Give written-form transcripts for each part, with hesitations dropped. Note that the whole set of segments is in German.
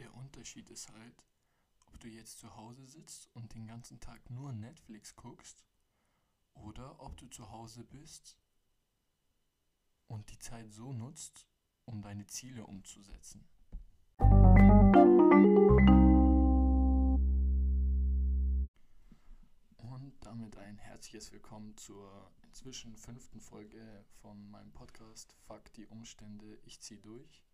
Der Unterschied ist halt, ob du jetzt zu Hause sitzt und den ganzen Tag nur Netflix guckst oder ob du zu Hause bist und die Zeit so nutzt, um deine Ziele umzusetzen. Und damit ein herzliches Willkommen zur inzwischen 5. Folge von meinem Podcast Fuck die Umstände, ich zieh durch.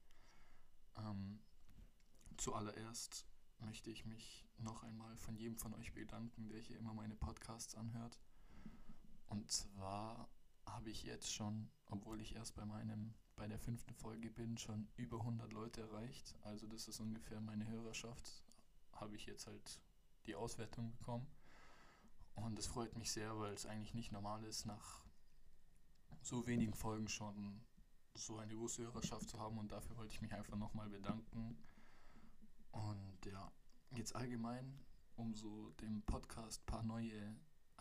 Zuallererst möchte ich mich noch einmal von jedem von euch bedanken, der hier immer meine Podcasts anhört. Und zwar habe ich jetzt schon, obwohl ich erst bei der 5. Folge bin, schon über 100 Leute erreicht. Also das ist ungefähr meine Hörerschaft. Habe ich jetzt halt die Auswertung bekommen. Und es freut mich sehr, weil es eigentlich nicht normal ist, nach so wenigen Folgen schon so eine große Hörerschaft zu haben. Und dafür wollte ich mich einfach nochmal bedanken. Und ja, jetzt allgemein, um so dem Podcast ein paar neue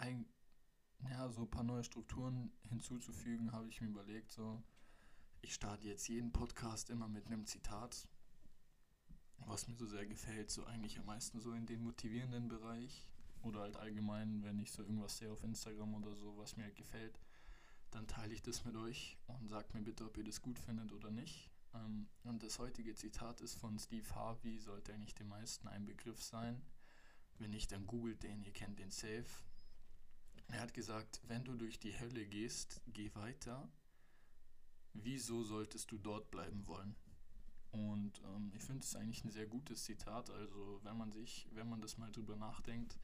Strukturen hinzuzufügen, habe ich mir überlegt, so, ich starte jetzt jeden Podcast immer mit einem Zitat, was mir so sehr gefällt, so eigentlich am meisten so in den motivierenden Bereich oder halt allgemein, wenn ich so irgendwas sehe auf Instagram oder so, was mir halt gefällt, dann teile ich das mit euch und sagt mir bitte, ob ihr das gut findet oder nicht. Und das heutige Zitat ist von Steve Harvey, sollte eigentlich den meisten ein Begriff sein. Wenn nicht, dann googelt den, ihr kennt den safe. Er hat gesagt, wenn du durch die Hölle gehst, geh weiter. Wieso solltest du dort bleiben wollen? Und ich finde es eigentlich ein sehr gutes Zitat. Also wenn man das mal drüber nachdenkt,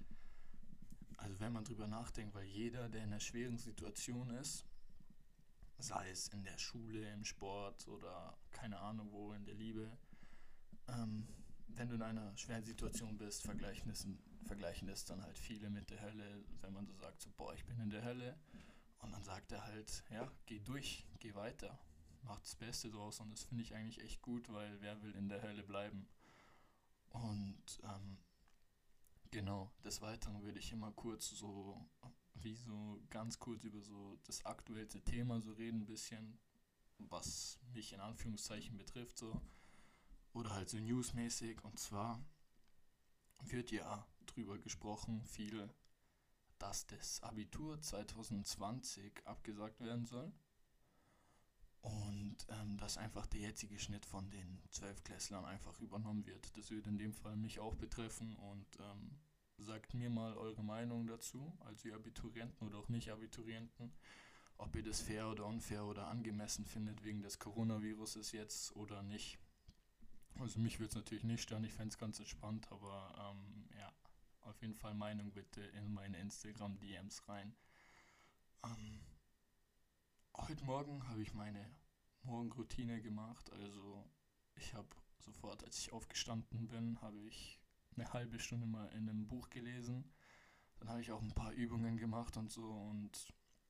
weil jeder, der in einer schweren Situation ist, sei es in der Schule, im Sport oder keine Ahnung wo, in der Liebe, wenn du in einer schweren Situation bist, vergleichen das dann halt viele mit der Hölle, wenn man so sagt, so, boah, ich bin in der Hölle. Und dann sagt er halt, ja, geh durch, geh weiter, mach das Beste draus. Und das finde ich eigentlich echt gut, weil wer will in der Hölle bleiben? Und genau, des Weiteren würde ich immer ganz kurz über so das aktuellste Thema so reden, ein bisschen, was mich in Anführungszeichen betrifft, so. Oder halt so newsmäßig. Und zwar wird ja drüber gesprochen, viel, dass das Abitur 2020 abgesagt werden soll. Und dass einfach der jetzige Schnitt von den 12-Klässlern einfach übernommen wird. Das würde in dem Fall mich auch betreffen und sagt mir mal eure Meinung dazu, also ihr Abiturienten oder auch Nicht-Abiturienten, ob ihr das fair oder unfair oder angemessen findet wegen des Coronaviruses jetzt oder nicht. Also mich würde es natürlich nicht stören, ich fände es ganz entspannt, aber ja, auf jeden Fall Meinung bitte in meine Instagram-DMs rein. Heute Morgen habe ich meine Morgenroutine gemacht, also ich habe sofort, als ich aufgestanden bin, habe ich eine halbe Stunde mal in einem Buch gelesen. Dann habe ich auch ein paar Übungen gemacht und so und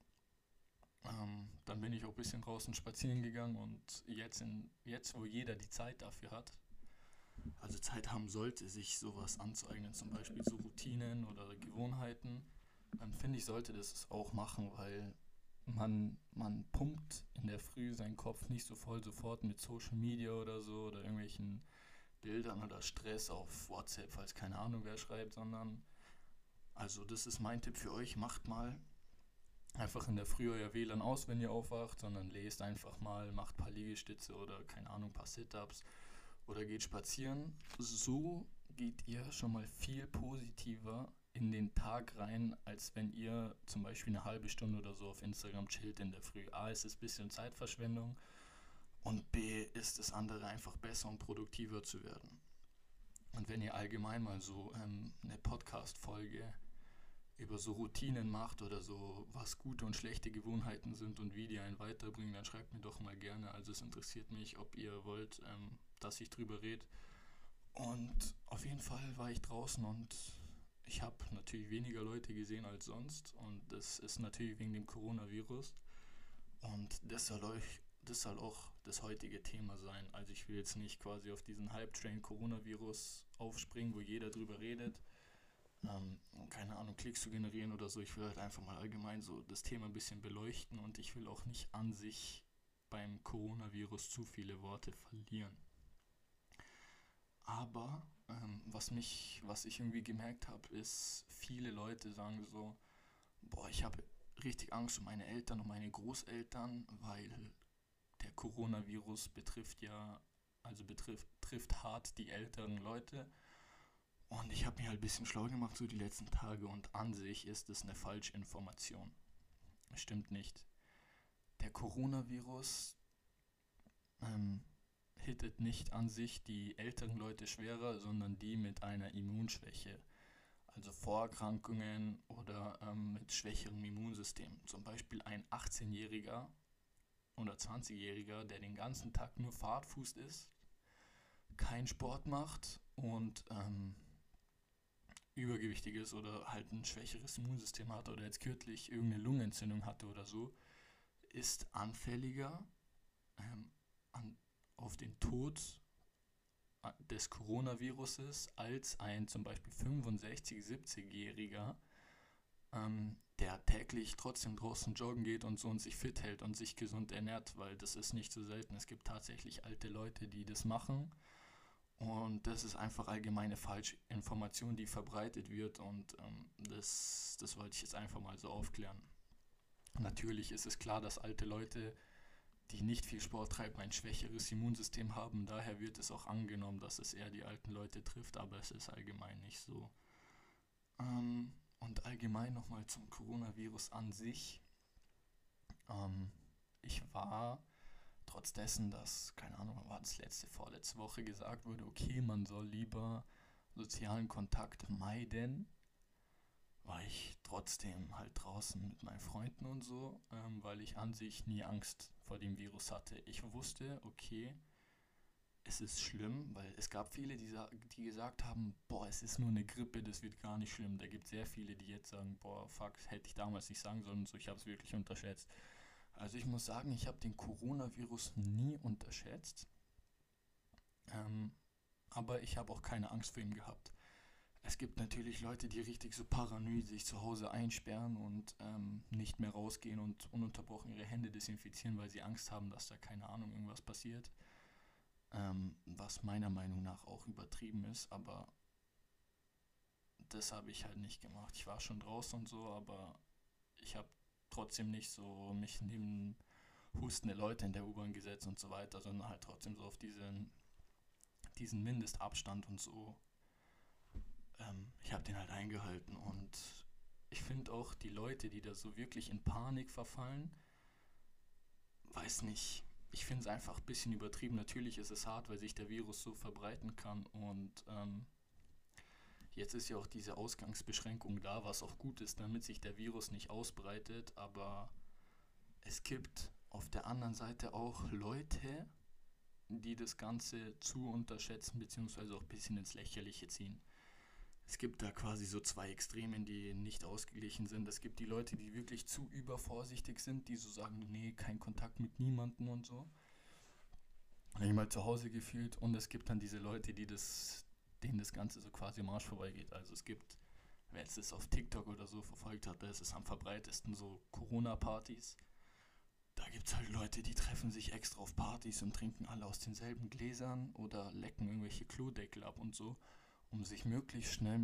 dann bin ich auch ein bisschen draußen spazieren gegangen und jetzt, wo jeder die Zeit dafür hat, also Zeit haben sollte, sich sowas anzueignen, zum Beispiel so Routinen oder Gewohnheiten, finde ich, sollte das auch machen, weil man pumpt in der Früh seinen Kopf nicht so voll sofort mit Social Media oder so oder irgendwelchen Bildern oder Stress auf WhatsApp, falls keine Ahnung wer schreibt, sondern, also das ist mein Tipp für euch, macht mal einfach in der Früh euer WLAN aus, wenn ihr aufwacht, sondern lest einfach mal, macht ein paar Liegestütze oder keine Ahnung, ein paar Sit-Ups oder geht spazieren. So geht ihr schon mal viel positiver in den Tag rein, als wenn ihr zum Beispiel eine halbe Stunde oder so auf Instagram chillt in der Früh. A, ist es ein bisschen Zeitverschwendung und B, ist das andere einfach besser und produktiver zu werden. Und wenn ihr allgemein mal so eine Podcast-Folge über so Routinen macht oder so, was gute und schlechte Gewohnheiten sind und wie die einen weiterbringen, dann schreibt mir doch mal gerne. Also es interessiert mich, ob ihr wollt, dass ich drüber rede. Und auf jeden Fall war ich draußen und ich habe natürlich weniger Leute gesehen als sonst und das ist natürlich wegen dem Coronavirus und das soll auch das heutige Thema sein. Also ich will jetzt nicht quasi auf diesen Hype-Train Coronavirus aufspringen, wo jeder drüber redet, keine Ahnung, Klicks zu generieren oder so. Ich will halt einfach mal allgemein so das Thema ein bisschen beleuchten und ich will auch nicht an sich beim Coronavirus zu viele Worte verlieren. Aber was ich irgendwie gemerkt habe, ist, viele Leute sagen so, boah, ich habe richtig Angst um meine Eltern und meine Großeltern, weil der Coronavirus trifft hart die älteren Leute. Und ich habe mich halt ein bisschen schlau gemacht so die letzten Tage und an sich ist es eine Falschinformation. Es stimmt nicht. Der Coronavirus ähm, hittet nicht an sich die älteren Leute schwerer, sondern die mit einer Immunschwäche. Also Vorerkrankungen oder mit schwächerem Immunsystem. Zum Beispiel ein 18-Jähriger oder 20-Jähriger, der den ganzen Tag nur Fahrtfuß ist, keinen Sport macht und übergewichtig ist oder halt ein schwächeres Immunsystem hat oder jetzt kürzlich irgendeine Lungenentzündung hatte oder so, ist anfälliger ähm, an, auf den Tod des Coronaviruses als ein zum Beispiel 65-, 70-Jähriger, der täglich trotzdem draußen joggen geht und so und sich fit hält und sich gesund ernährt, weil das ist nicht so selten. Es gibt tatsächlich alte Leute, die das machen und das ist einfach allgemeine Falschinformation, die verbreitet wird und das wollte ich jetzt einfach mal so aufklären. Natürlich ist es klar, dass alte Leute, die nicht viel Sport treiben, ein schwächeres Immunsystem haben. Daher wird es auch angenommen, dass es eher die alten Leute trifft, aber es ist allgemein nicht so. Und allgemein nochmal zum Coronavirus an sich. Ich war, trotz dessen, dass, keine Ahnung, war das vorletzte Woche gesagt wurde, okay, man soll lieber sozialen Kontakt meiden, war ich trotzdem halt draußen mit meinen Freunden und so, weil ich an sich nie Angst vor dem Virus hatte. Ich wusste, okay, es ist schlimm, weil es gab viele, die gesagt haben, boah, es ist nur eine Grippe, das wird gar nicht schlimm. Da gibt es sehr viele, die jetzt sagen, boah, fuck, hätte ich damals nicht sagen sollen und so, ich habe es wirklich unterschätzt. Also ich muss sagen, ich habe den Coronavirus nie unterschätzt, aber ich habe auch keine Angst vor ihm gehabt. Es gibt natürlich Leute, die richtig so paranoid sich zu Hause einsperren und nicht mehr rausgehen und ununterbrochen ihre Hände desinfizieren, weil sie Angst haben, dass da keine Ahnung irgendwas passiert. Was meiner Meinung nach auch übertrieben ist, aber das habe ich halt nicht gemacht. Ich war schon draußen und so, aber ich habe trotzdem nicht so mich neben hustende Leute in der U-Bahn gesetzt und so weiter, sondern halt trotzdem so auf diesen Mindestabstand und so. Ich habe den halt eingehalten und ich finde auch die Leute, die da so wirklich in Panik verfallen, weiß nicht. Ich finde es einfach ein bisschen übertrieben. Natürlich ist es hart, weil sich der Virus so verbreiten kann und jetzt ist ja auch diese Ausgangsbeschränkung da, was auch gut ist, damit sich der Virus nicht ausbreitet, aber es gibt auf der anderen Seite auch Leute, die das Ganze zu unterschätzen bzw. auch ein bisschen ins Lächerliche ziehen. Es gibt da quasi so zwei Extremen, die nicht ausgeglichen sind. Es gibt die Leute, die wirklich zu übervorsichtig sind, die so sagen, nee, kein Kontakt mit niemandem und so. Habe ich mal zu Hause gefühlt. Und es gibt dann diese Leute, denen das Ganze so quasi am Arsch vorbeigeht. Also es gibt, wer jetzt das auf TikTok oder so verfolgt hat, da ist es am verbreitesten so Corona-Partys. Da gibt es halt Leute, die treffen sich extra auf Partys und trinken alle aus denselben Gläsern oder lecken irgendwelche Klodeckel ab und so, um sich möglichst schnell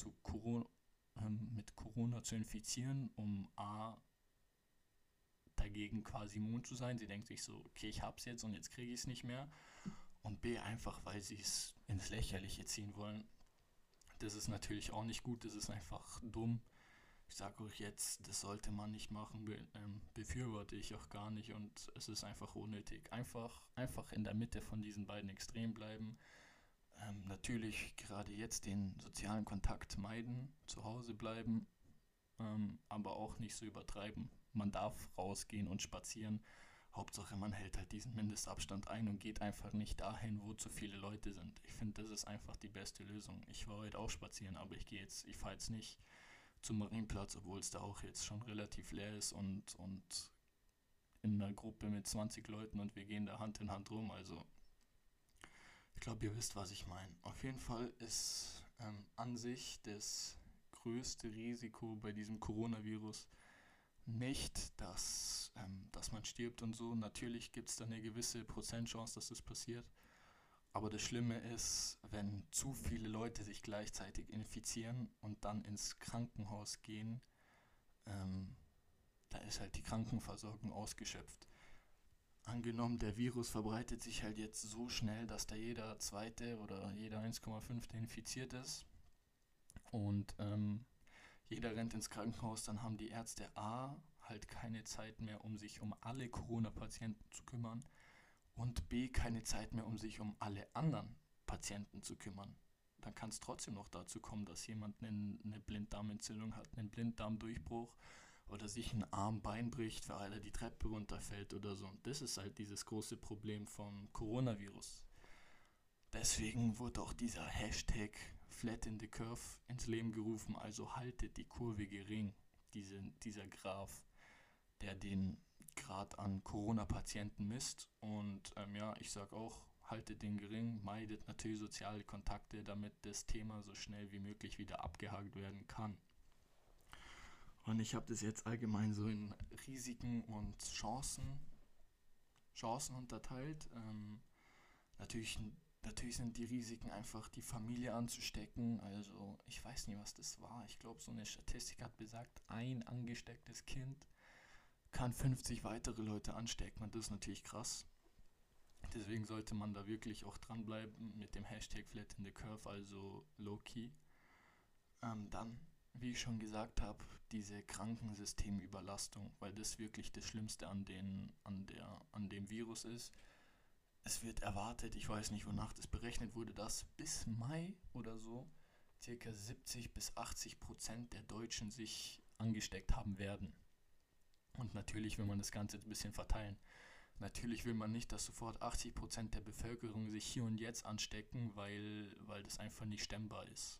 mit Corona zu infizieren, um A, dagegen quasi immun zu sein. Sie denkt sich so, okay, ich hab's jetzt und jetzt kriege ich es nicht mehr. Und B, einfach, weil sie es ins Lächerliche ziehen wollen. Das ist natürlich auch nicht gut, das ist einfach dumm. Ich sage euch jetzt, das sollte man nicht machen, befürworte ich auch gar nicht und es ist einfach unnötig. Einfach in der Mitte von diesen beiden Extremen bleiben. Natürlich gerade jetzt den sozialen Kontakt meiden, zu Hause bleiben, aber auch nicht so übertreiben. Man darf rausgehen und spazieren. Hauptsache, man hält halt diesen Mindestabstand ein und geht einfach nicht dahin, wo zu viele Leute sind. Ich finde, das ist einfach die beste Lösung. Ich war heute auch spazieren, aber ich fahre jetzt nicht zum Marienplatz, obwohl es da auch jetzt schon relativ leer ist und in einer Gruppe mit 20 Leuten und wir gehen da Hand in Hand rum. Also ich glaube, ihr wisst, was ich meine. Auf jeden Fall ist an sich das größte Risiko bei diesem Coronavirus nicht, dass man stirbt und so. Natürlich gibt es da eine gewisse Prozentchance, dass das passiert. Aber das Schlimme ist, wenn zu viele Leute sich gleichzeitig infizieren und dann ins Krankenhaus gehen, ähm, da ist halt die Krankenversorgung ausgeschöpft. Angenommen, der Virus verbreitet sich halt jetzt so schnell, dass da jeder Zweite oder jeder 1,5 infiziert ist und jeder rennt ins Krankenhaus, dann haben die Ärzte A halt keine Zeit mehr, um sich um alle Corona-Patienten zu kümmern und B keine Zeit mehr, um sich um alle anderen Patienten zu kümmern. Dann kann es trotzdem noch dazu kommen, dass jemand eine Blinddarmentzündung hat, einen Blinddarmdurchbruch oder sich ein Arm-Bein bricht, weil er die Treppe runterfällt oder so. Und das ist halt dieses große Problem vom Coronavirus. Deswegen wurde auch dieser Hashtag Flat in the Curve ins Leben gerufen, also haltet die Kurve gering, dieser Graph, der den Grad an Corona-Patienten misst. Und ja, ich sage auch, haltet den gering, meidet natürlich soziale Kontakte, damit das Thema so schnell wie möglich wieder abgehakt werden kann. Und ich habe das jetzt allgemein so in Risiken und Chancen unterteilt. Natürlich, natürlich sind die Risiken einfach, die Familie anzustecken. Also ich weiß nicht, was das war. Ich glaube, so eine Statistik hat besagt, ein angestecktes Kind kann 50 weitere Leute anstecken. Und das ist natürlich krass. Deswegen sollte man da wirklich auch dranbleiben mit dem Hashtag Flat in the Curve, also low-key. Dann, wie ich schon gesagt habe, diese Krankensystemüberlastung, weil das wirklich das Schlimmste an dem Virus ist. Es wird erwartet, ich weiß nicht, wonach das berechnet wurde, dass bis Mai oder so ca. 70-80% der Deutschen sich angesteckt haben werden. Und natürlich will man das Ganze ein bisschen verteilen. Natürlich will man nicht, dass sofort 80% der Bevölkerung sich hier und jetzt anstecken, weil das einfach nicht stemmbar ist.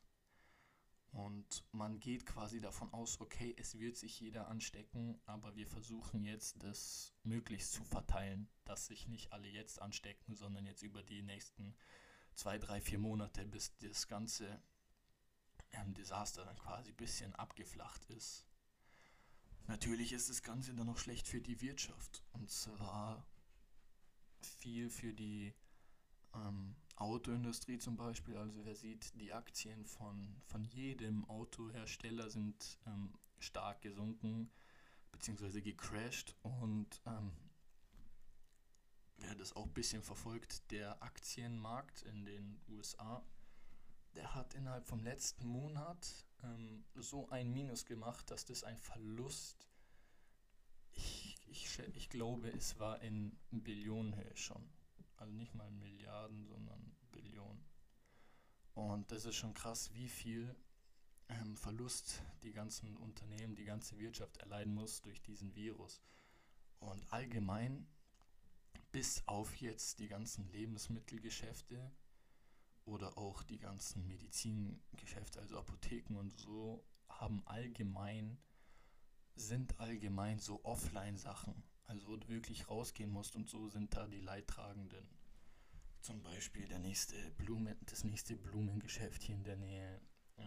Und man geht quasi davon aus, okay, es wird sich jeder anstecken, aber wir versuchen jetzt, das möglichst zu verteilen, dass sich nicht alle jetzt anstecken, sondern jetzt über die nächsten 2, 3, 4 Monate, bis das ganze Desaster dann quasi ein bisschen abgeflacht ist. Natürlich ist das Ganze dann noch schlecht für die Wirtschaft. Und zwar viel für die Autoindustrie zum Beispiel. Also wer sieht, die Aktien von jedem Autohersteller sind stark gesunken bzw. gecrashed. Und wer das auch ein bisschen verfolgt, der Aktienmarkt in den USA, der hat innerhalb vom letzten Monat so ein Minus gemacht, dass das ein Verlust, ich glaube, es war in Billionenhöhe schon. Also nicht mal Milliarden, sondern Billionen. Und das ist schon krass, wie viel Verlust die ganzen Unternehmen, die ganze Wirtschaft erleiden muss durch diesen Virus. Und allgemein, bis auf jetzt die ganzen Lebensmittelgeschäfte oder auch die ganzen Medizingeschäfte, also Apotheken und so, sind allgemein so Offline-Sachen. Also wo du wirklich rausgehen musst und so sind da die Leidtragenden. Zum Beispiel das nächste Blumengeschäft hier in der Nähe.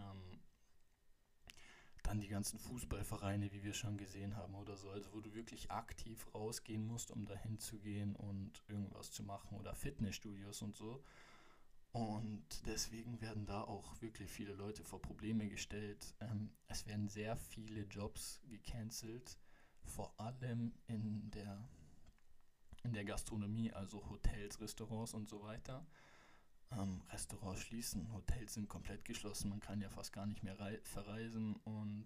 Dann die ganzen Fußballvereine, wie wir schon gesehen haben oder so. Also wo du wirklich aktiv rausgehen musst, um dahin zu gehen und irgendwas zu machen. Oder Fitnessstudios und so. Und deswegen werden da auch wirklich viele Leute vor Probleme gestellt. Es werden sehr viele Jobs gecancelt, vor allem in der Gastronomie, also Hotels, Restaurants und so weiter. Restaurants schließen, Hotels sind komplett geschlossen, man kann ja fast gar nicht mehr verreisen und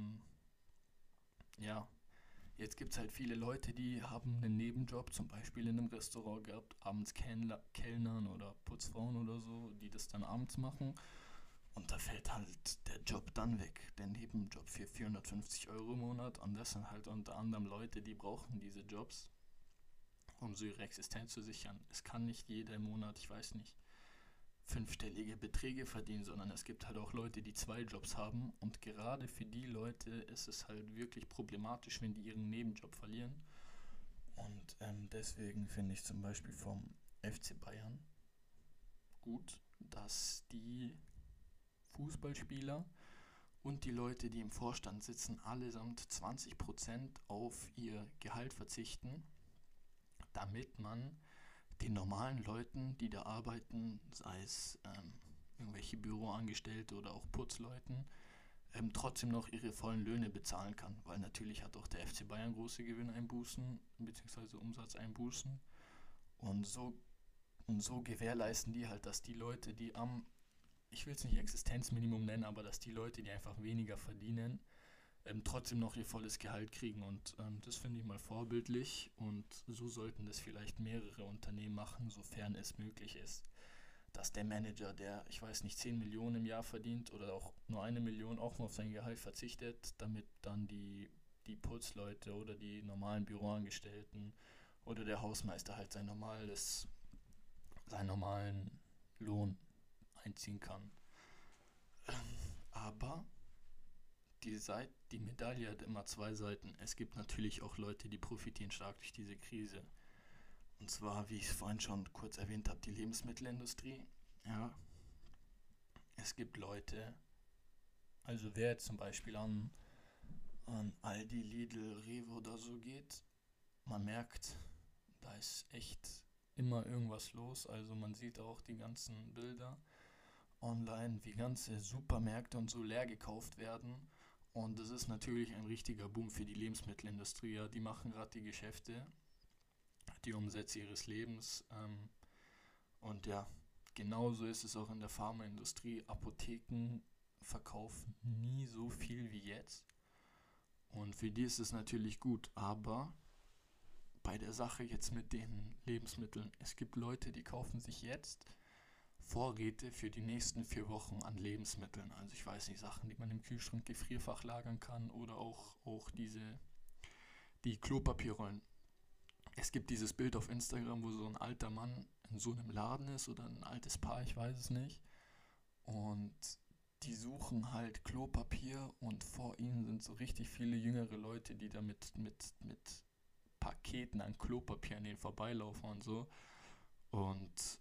ja, jetzt gibt es halt viele Leute, die haben einen Nebenjob, zum Beispiel in einem Restaurant gehabt, abends Kellnern oder Putzfrauen oder so, die das dann abends machen. Und da fällt halt der Job dann weg, der Nebenjob für 450 € im Monat. Und das sind halt unter anderem Leute, die brauchen diese Jobs, um so ihre Existenz zu sichern. Es kann nicht jeder im Monat, ich weiß nicht, 5-stellige Beträge verdienen, sondern es gibt halt auch Leute, die 2 Jobs haben. Und gerade für die Leute ist es halt wirklich problematisch, wenn die ihren Nebenjob verlieren. Und deswegen finde ich zum Beispiel vom FC Bayern gut, dass die Fußballspieler und die Leute, die im Vorstand sitzen, allesamt 20% auf ihr Gehalt verzichten, damit man den normalen Leuten, die da arbeiten, sei es irgendwelche Büroangestellte oder auch Putzleuten, trotzdem noch ihre vollen Löhne bezahlen kann. Weil natürlich hat auch der FC Bayern große Gewinneinbußen bzw. Umsatzeinbußen. Und so, und so gewährleisten die halt, dass die Leute, die ich will es nicht Existenzminimum nennen, aber dass die Leute, die einfach weniger verdienen, trotzdem noch ihr volles Gehalt kriegen. Und das finde ich mal vorbildlich. Und so sollten das vielleicht mehrere Unternehmen machen, sofern es möglich ist, dass der Manager, der, ich weiß nicht, 10 Millionen im Jahr verdient oder auch nur 1 Million, auch mal auf sein Gehalt verzichtet, damit dann die Putzleute oder die normalen Büroangestellten oder der Hausmeister halt seinen normalen Lohn einziehen kann. Aber die Medaille hat immer zwei Seiten. Es gibt natürlich auch Leute, die profitieren stark durch diese Krise. Und zwar, wie ich es vorhin schon kurz erwähnt habe, die Lebensmittelindustrie. Ja, es gibt Leute, also wer jetzt zum Beispiel an Aldi, Lidl, Rewe oder so geht, man merkt, da ist echt immer irgendwas los. Also man sieht auch die ganzen Bilder online, wie ganze Supermärkte und so leer gekauft werden. Und das ist natürlich ein richtiger Boom für die Lebensmittelindustrie. Ja, die machen gerade die Geschäfte, die Umsätze ihres Lebens. Und ja, genauso ist es auch in der Pharmaindustrie. Apotheken verkaufen nie so viel wie jetzt. Und für die ist es natürlich gut. Aber bei der Sache jetzt mit den Lebensmitteln, es gibt Leute, die kaufen sich jetzt Vorräte für die nächsten 4 Wochen an Lebensmitteln. Also ich weiß nicht, Sachen, die man im Kühlschrank, Gefrierfach lagern kann oder auch die Klopapierrollen. Es gibt dieses Bild auf Instagram, wo so ein alter Mann in so einem Laden ist oder ein altes Paar, ich weiß es nicht. Und die suchen halt Klopapier und vor ihnen sind so richtig viele jüngere Leute, die da mit Paketen an Klopapier an denen vorbeilaufen und so. Und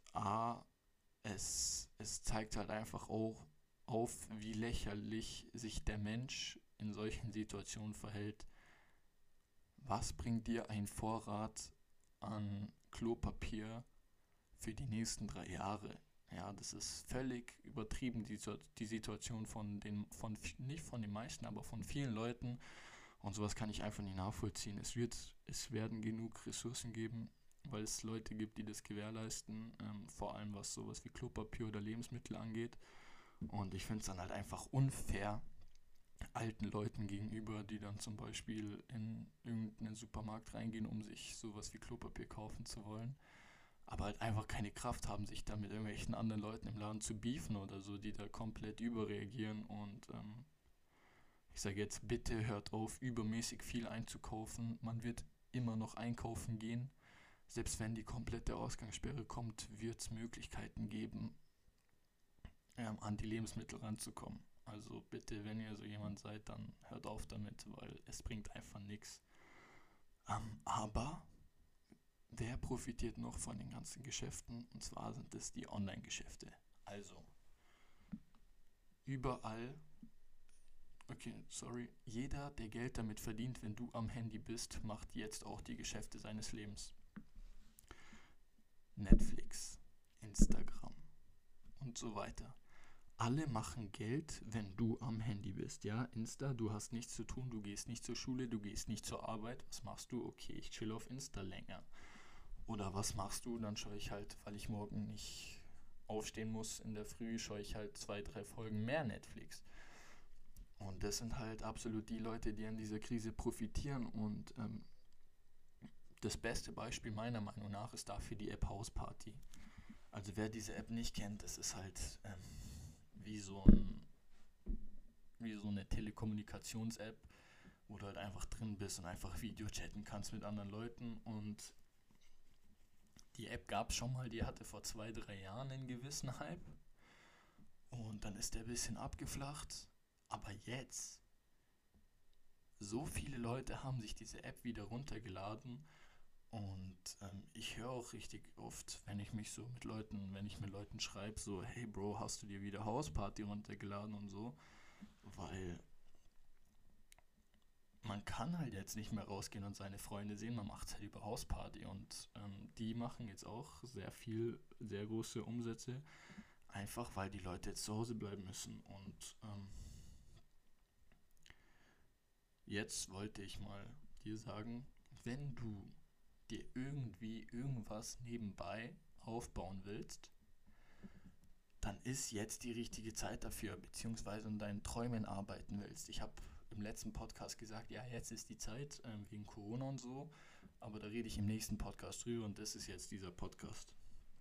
es zeigt halt einfach auch auf, wie lächerlich sich der Mensch in solchen Situationen verhält. Was bringt dir ein Vorrat an Klopapier für die nächsten 3 Jahre? Ja, das ist völlig übertrieben, die Situation nicht von den meisten, aber von vielen Leuten. Und sowas kann ich einfach nicht nachvollziehen. Es werden genug Ressourcen geben, weil es Leute gibt, die das gewährleisten, vor allem was sowas wie Klopapier oder Lebensmittel angeht. Und ich finde es dann halt einfach unfair alten Leuten gegenüber, die dann zum Beispiel in irgendeinen Supermarkt reingehen, um sich sowas wie Klopapier kaufen zu wollen, aber halt einfach keine Kraft haben, sich da mit irgendwelchen anderen Leuten im Laden zu beefen oder so, die da komplett überreagieren. Und ich sage jetzt, bitte hört auf, übermäßig viel einzukaufen. Man wird immer noch einkaufen gehen. Selbst wenn die komplette Ausgangssperre kommt, wird es Möglichkeiten geben, an die Lebensmittel ranzukommen. Also bitte, wenn ihr so jemand seid, dann hört auf damit, weil es bringt einfach nichts. Aber wer profitiert noch von den ganzen Geschäften? Und zwar sind es die Online-Geschäfte. Also überall, jeder, der Geld damit verdient, wenn du am Handy bist, macht jetzt auch die Geschäfte seines Lebens. Netflix, Instagram und so weiter. Alle machen Geld, wenn du am Handy bist. Ja, Insta, du hast nichts zu tun, du gehst nicht zur Schule, du gehst nicht zur Arbeit. Was machst du? Okay, ich chill auf Insta länger. Oder was machst du? Dann schaue ich halt, weil ich morgen nicht aufstehen muss in der Früh, schaue ich halt 2, 3 Folgen mehr Netflix. Und das sind halt absolut die Leute, die an dieser Krise profitieren. Und das beste Beispiel meiner Meinung nach ist dafür die App Hausparty. Also wer diese App nicht kennt, das ist halt wie so eine Telekommunikations-App, wo du halt einfach drin bist und einfach Videochatten kannst mit anderen Leuten. Und die App gab es schon mal, die hatte vor 2, 3 Jahren einen gewissen Hype. Und dann ist der ein bisschen abgeflacht. Aber jetzt, so viele Leute haben sich diese App wieder runtergeladen. Und ich höre auch richtig oft, wenn ich mit Leuten schreibe, so, hey Bro, hast du dir wieder Hausparty runtergeladen und so, weil man kann halt jetzt nicht mehr rausgehen und seine Freunde sehen, man macht es halt über Hausparty und die machen jetzt auch sehr große Umsätze, einfach weil die Leute jetzt zu Hause bleiben müssen. Und jetzt wollte ich mal dir sagen, wenn du dir irgendwie irgendwas nebenbei aufbauen willst, dann ist jetzt die richtige Zeit dafür, beziehungsweise an deinen Träumen arbeiten willst. Ich habe im letzten Podcast gesagt, ja, jetzt ist die Zeit, wegen Corona und so, aber da rede ich im nächsten Podcast drüber und das ist jetzt dieser Podcast.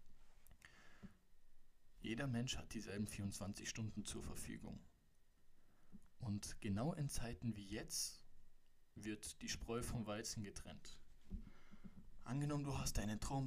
Jeder Mensch hat dieselben 24 Stunden zur Verfügung. Und genau in Zeiten wie jetzt wird die Spreu vom Weizen getrennt. Angenommen, du hast deinen Traum,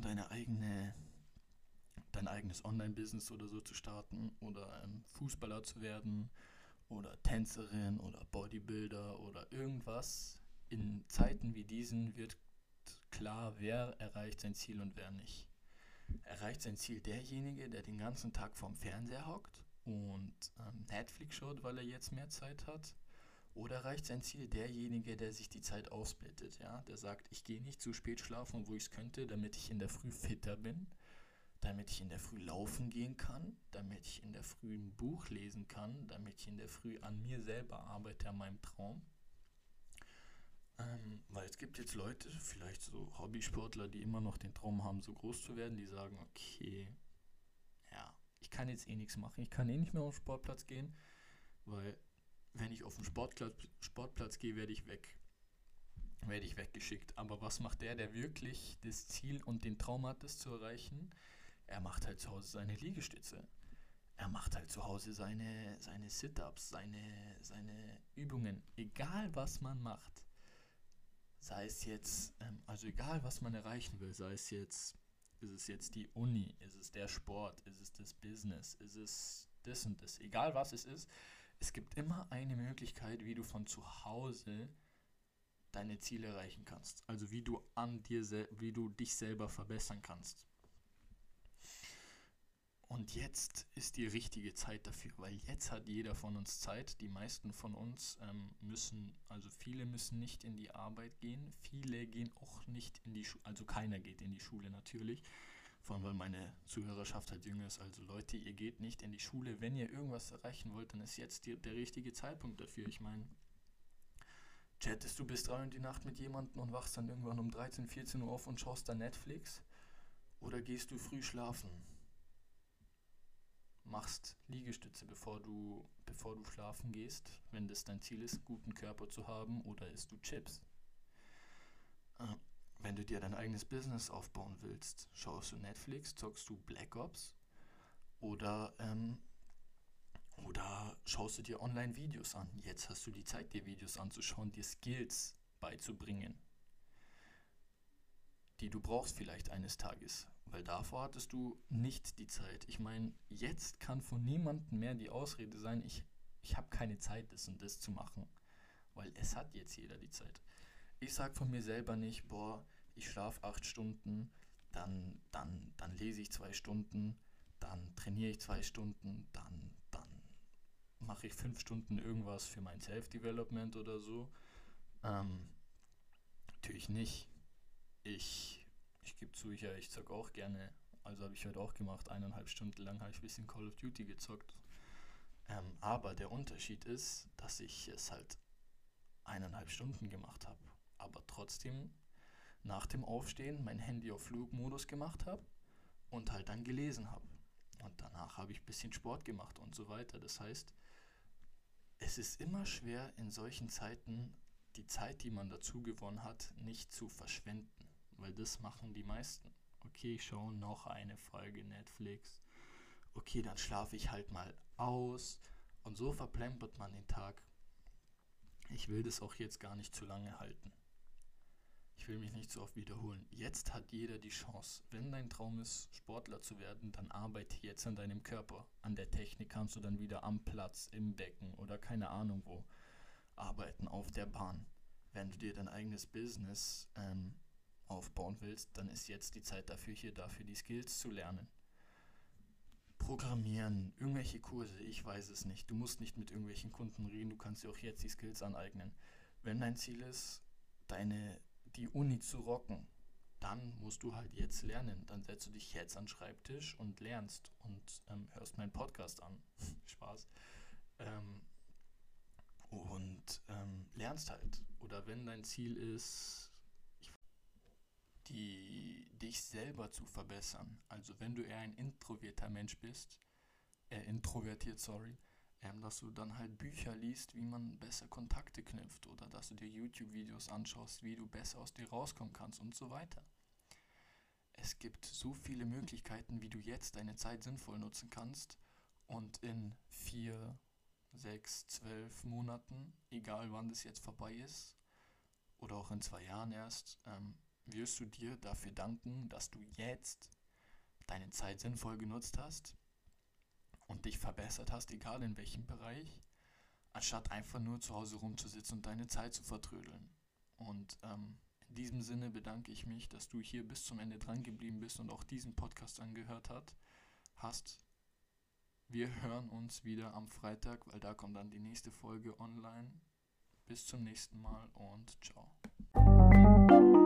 dein eigenes Online-Business oder so zu starten oder Fußballer zu werden oder Tänzerin oder Bodybuilder oder irgendwas. In Zeiten wie diesen wird klar, wer erreicht sein Ziel und wer nicht. Erreicht sein Ziel derjenige, der den ganzen Tag vorm Fernseher hockt und Netflix schaut, weil er jetzt mehr Zeit hat? Oder erreicht sein Ziel derjenige, der sich die Zeit aufsplittet, ja? Der sagt, ich gehe nicht zu spät schlafen, wo ich es könnte, damit ich in der Früh fitter bin, damit ich in der Früh laufen gehen kann, damit ich in der Früh ein Buch lesen kann, damit ich in der Früh an mir selber arbeite, an meinem Traum. Weil es gibt jetzt Leute, vielleicht so Hobbysportler, die immer noch den Traum haben, so groß zu werden, die sagen, okay, ja, ich kann jetzt eh nichts machen, ich kann eh nicht mehr auf den Sportplatz gehen, weil wenn ich auf den Sportplatz gehe, werde ich weggeschickt. Aber was macht der wirklich das Ziel und den Traum hat, das zu erreichen? Er macht halt zu Hause seine Liegestütze. Er macht halt zu Hause seine Sit-Ups, seine Übungen. Egal was man macht. Sei es jetzt, also egal was man erreichen will, ist es jetzt die Uni, ist es der Sport, ist es das Business, ist es das und das. Egal was es ist, es gibt immer eine Möglichkeit, wie du von zu Hause deine Ziele erreichen kannst. Also wie du dich selber verbessern kannst. Und jetzt ist die richtige Zeit dafür, weil jetzt hat jeder von uns Zeit. Die meisten von uns viele müssen nicht in die Arbeit gehen, viele gehen auch nicht in die Schule, also keiner geht in die Schule natürlich, vor allem weil meine Zuhörerschaft halt jünger ist. Also Leute, ihr geht nicht in die Schule, wenn ihr irgendwas erreichen wollt, dann ist jetzt der richtige Zeitpunkt dafür. Ich meine, chattest du bis 3 Uhr in die Nacht mit jemandem und wachst dann irgendwann um 13, 14 Uhr auf und schaust dann Netflix? Oder gehst du früh schlafen? Machst Liegestütze, bevor du schlafen gehst, wenn das dein Ziel ist, guten Körper zu haben, oder isst du Chips? Äh, Wenn du dir dein eigenes Business aufbauen willst, schaust du Netflix, zockst du Black Ops oder schaust du dir Online-Videos an. Jetzt hast du die Zeit, dir Videos anzuschauen, dir Skills beizubringen, die du brauchst vielleicht eines Tages. Weil davor hattest du nicht die Zeit. Ich meine, jetzt kann von niemandem mehr die Ausrede sein, ich habe keine Zeit, das und das zu machen. Weil es hat jetzt jeder die Zeit. Ich sag von mir selber nicht, boah, ich schlafe 8 Stunden, dann lese ich 2 Stunden, dann trainiere ich 2 Stunden, dann mache ich 5 Stunden irgendwas für mein Self-Development oder so. Ähm, Natürlich nicht. Ich gebe zu, ich zocke auch gerne. Also habe ich heute auch gemacht. 1,5 Stunden lang habe ich ein bisschen Call of Duty gezockt. Aber der Unterschied ist, dass ich es halt 1,5 Stunden gemacht habe. Aber trotzdem nach dem Aufstehen mein Handy auf Flugmodus gemacht habe und halt dann gelesen habe. Und danach habe ich ein bisschen Sport gemacht und so weiter. Das heißt, es ist immer schwer in solchen Zeiten die Zeit, die man dazu gewonnen hat, nicht zu verschwenden. Weil das machen die meisten. Okay, ich schaue noch eine Folge Netflix. Okay, dann schlafe ich halt mal aus. Und so verplempert man den Tag. Ich will das auch jetzt gar nicht zu lange halten. Ich will mich nicht so oft wiederholen. Jetzt hat jeder die Chance. Wenn dein Traum ist, Sportler zu werden, dann arbeite jetzt an deinem Körper. An der Technik kannst du dann wieder am Platz, im Becken oder keine Ahnung wo arbeiten, auf der Bahn. Wenn du dir dein eigenes Business aufbauen willst, dann ist jetzt die Zeit dafür die Skills zu lernen. Programmieren, irgendwelche Kurse, ich weiß es nicht. Du musst nicht mit irgendwelchen Kunden reden, du kannst dir auch jetzt die Skills aneignen. wenn dein Ziel ist, die Uni zu rocken, dann musst du halt jetzt lernen. Dann setzt du dich jetzt an den Schreibtisch und lernst und hörst meinen Podcast an. Spaß. Ähm, lernst halt. Oder wenn dein Ziel ist, dich selber zu verbessern. Also wenn du eher ein introvertiert, sorry, dass du dann halt Bücher liest, wie man besser Kontakte knüpft oder dass du dir YouTube-Videos anschaust, wie du besser aus dir rauskommen kannst und so weiter. Es gibt so viele Möglichkeiten, wie du jetzt deine Zeit sinnvoll nutzen kannst und in 4, 6, 12 Monaten, egal wann das jetzt vorbei ist oder auch in 2 Jahren erst, wirst du dir dafür danken, dass du jetzt deine Zeit sinnvoll genutzt hast und dich verbessert hast, egal in welchem Bereich, anstatt einfach nur zu Hause rumzusitzen und deine Zeit zu vertrödeln. Und in diesem Sinne bedanke ich mich, dass du hier bis zum Ende dran geblieben bist und auch diesen Podcast angehört hast. Wir hören uns wieder am Freitag, weil da kommt dann die nächste Folge online. Bis zum nächsten Mal und ciao.